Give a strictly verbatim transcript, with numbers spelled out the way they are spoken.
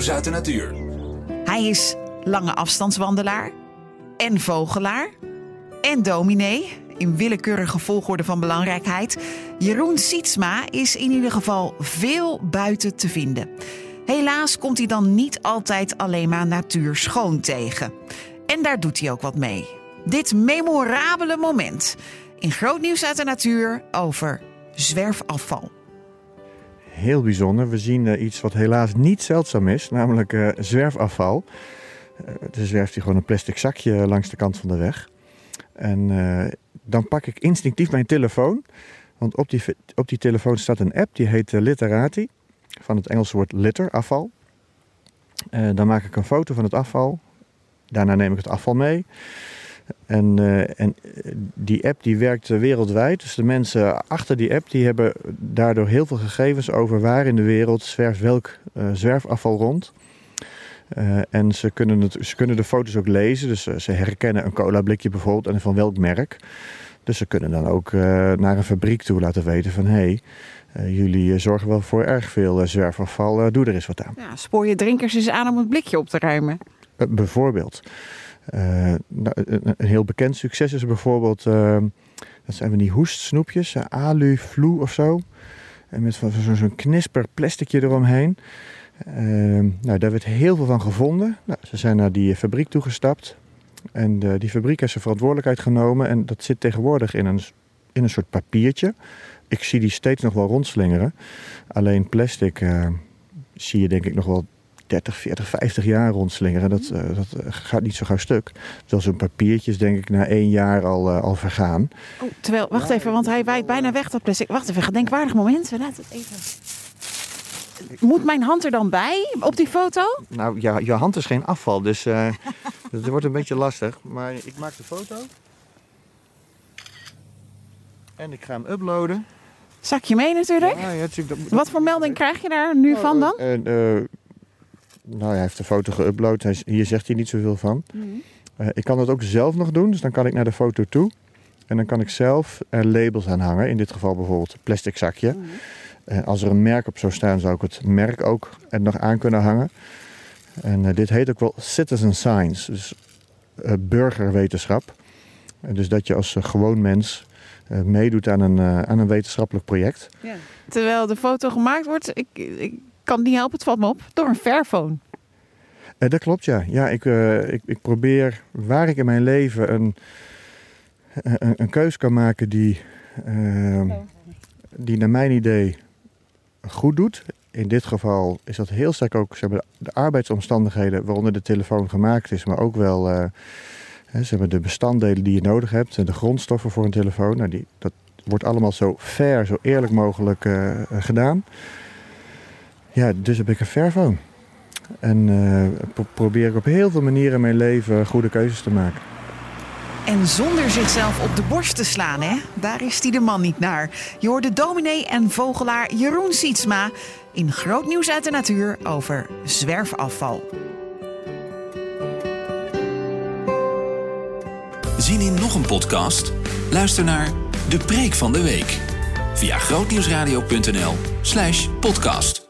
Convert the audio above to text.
Nieuws uit de natuur. Hij is lange afstandswandelaar en vogelaar en dominee, in willekeurige volgorde van belangrijkheid. Jeroen Sietsma is in ieder geval veel buiten te vinden. Helaas komt hij dan niet altijd alleen maar natuur schoon tegen. En daar doet hij ook wat mee. Dit memorabele moment in Groot Nieuws uit de Natuur over zwerfafval. Heel bijzonder. We zien uh, iets wat helaas niet zeldzaam is, namelijk uh, zwerfafval. Uh, er zwerft hier gewoon een plastic zakje langs de kant van de weg. En uh, dan pak ik instinctief mijn telefoon. Want op die, op die telefoon staat een app, die heet uh, Litterati. Van het Engelse woord litter, afval. Uh, dan maak ik een foto van het afval. Daarna neem ik het afval mee. En, uh, en die app die werkt wereldwijd. Dus de mensen achter die app die hebben daardoor heel veel gegevens over waar in de wereld zwerft welk uh, zwerfafval rond. Uh, en ze kunnen, het, ze kunnen de foto's ook lezen. Dus uh, ze herkennen een cola blikje bijvoorbeeld en van welk merk. Dus ze kunnen dan ook uh, naar een fabriek toe laten weten van hé, hey, uh, jullie uh, zorgen wel voor erg veel uh, zwerfafval. Uh, doe er eens wat aan. Ja, spoor je drinkers eens aan om het blikje op te ruimen. Uh, bijvoorbeeld. Uh, nou, een, een heel bekend succes is bijvoorbeeld, uh, dat zijn van die hoestsnoepjes, uh, alu, vloe of zo. En met zo'n, zo'n knisper plasticje eromheen. Uh, nou, daar werd heel veel van gevonden. Nou, ze zijn naar die fabriek toegestapt. En de, die fabriek heeft zijn verantwoordelijkheid genomen. En dat zit tegenwoordig in een, in een soort papiertje. Ik zie die steeds nog wel rondzslingeren. Alleen plastic uh, zie je denk ik nog wel dertig, veertig, vijftig jaar rondslingeren. Dat, uh, dat gaat niet zo gauw stuk. Terwijl zo'n papiertje is denk ik na één jaar al, uh, al vergaan. Oh, terwijl, wacht even, want hij waait bijna weg dat plastic. Wacht even, gedenkwaardig moment. We laten het even. Moet mijn hand er dan bij op die foto? Nou, ja, je hand is geen afval, dus uh, dat wordt een beetje lastig. Maar ik maak de foto. En ik ga hem uploaden. Zakje mee natuurlijk. Ja, ja, natuurlijk dat, dat... Wat voor melding krijg je daar nu oh, van dan? Uh, uh, nou, hij heeft de foto geüpload. Hij, hier zegt hij niet zoveel van. Mm-hmm. Uh, ik kan dat ook zelf nog doen, dus dan kan ik naar de foto toe. En dan kan ik zelf er labels aan hangen. In dit geval bijvoorbeeld een plastic zakje. Mm-hmm. Uh, als er een merk op zou staan, zou ik het merk ook er nog aan kunnen hangen. En uh, dit heet ook wel citizen science, dus uh, burgerwetenschap. Uh, dus dat je als uh, gewoon mens uh, meedoet aan een, uh, aan een wetenschappelijk project. Ja. Terwijl de foto gemaakt wordt, ik, ik kan het niet helpen, het valt me op, door een Fairphone. Uh, dat klopt, ja. ja ik, uh, ik, ik probeer waar ik in mijn leven een, een, een keus kan maken die, uh, die naar mijn idee goed doet. In dit geval is dat heel sterk ook ze hebben de arbeidsomstandigheden waaronder de telefoon gemaakt is, maar ook wel uh, ze hebben de bestanddelen die je nodig hebt en de grondstoffen voor een telefoon. Nou, die, dat wordt allemaal zo fair, zo eerlijk mogelijk uh, gedaan. Ja, dus heb ik een Fairphone. En uh, pro- probeer ik op heel veel manieren in mijn leven goede keuzes te maken. En zonder zichzelf op de borst te slaan, hè? Daar is hij de man niet naar. Je hoort de dominee en vogelaar Jeroen Sietsma in Groot Nieuws uit de Natuur over zwerfafval. Zin in nog een podcast? Luister naar De Preek van de Week via grootnieuwsradio.nl slash podcast.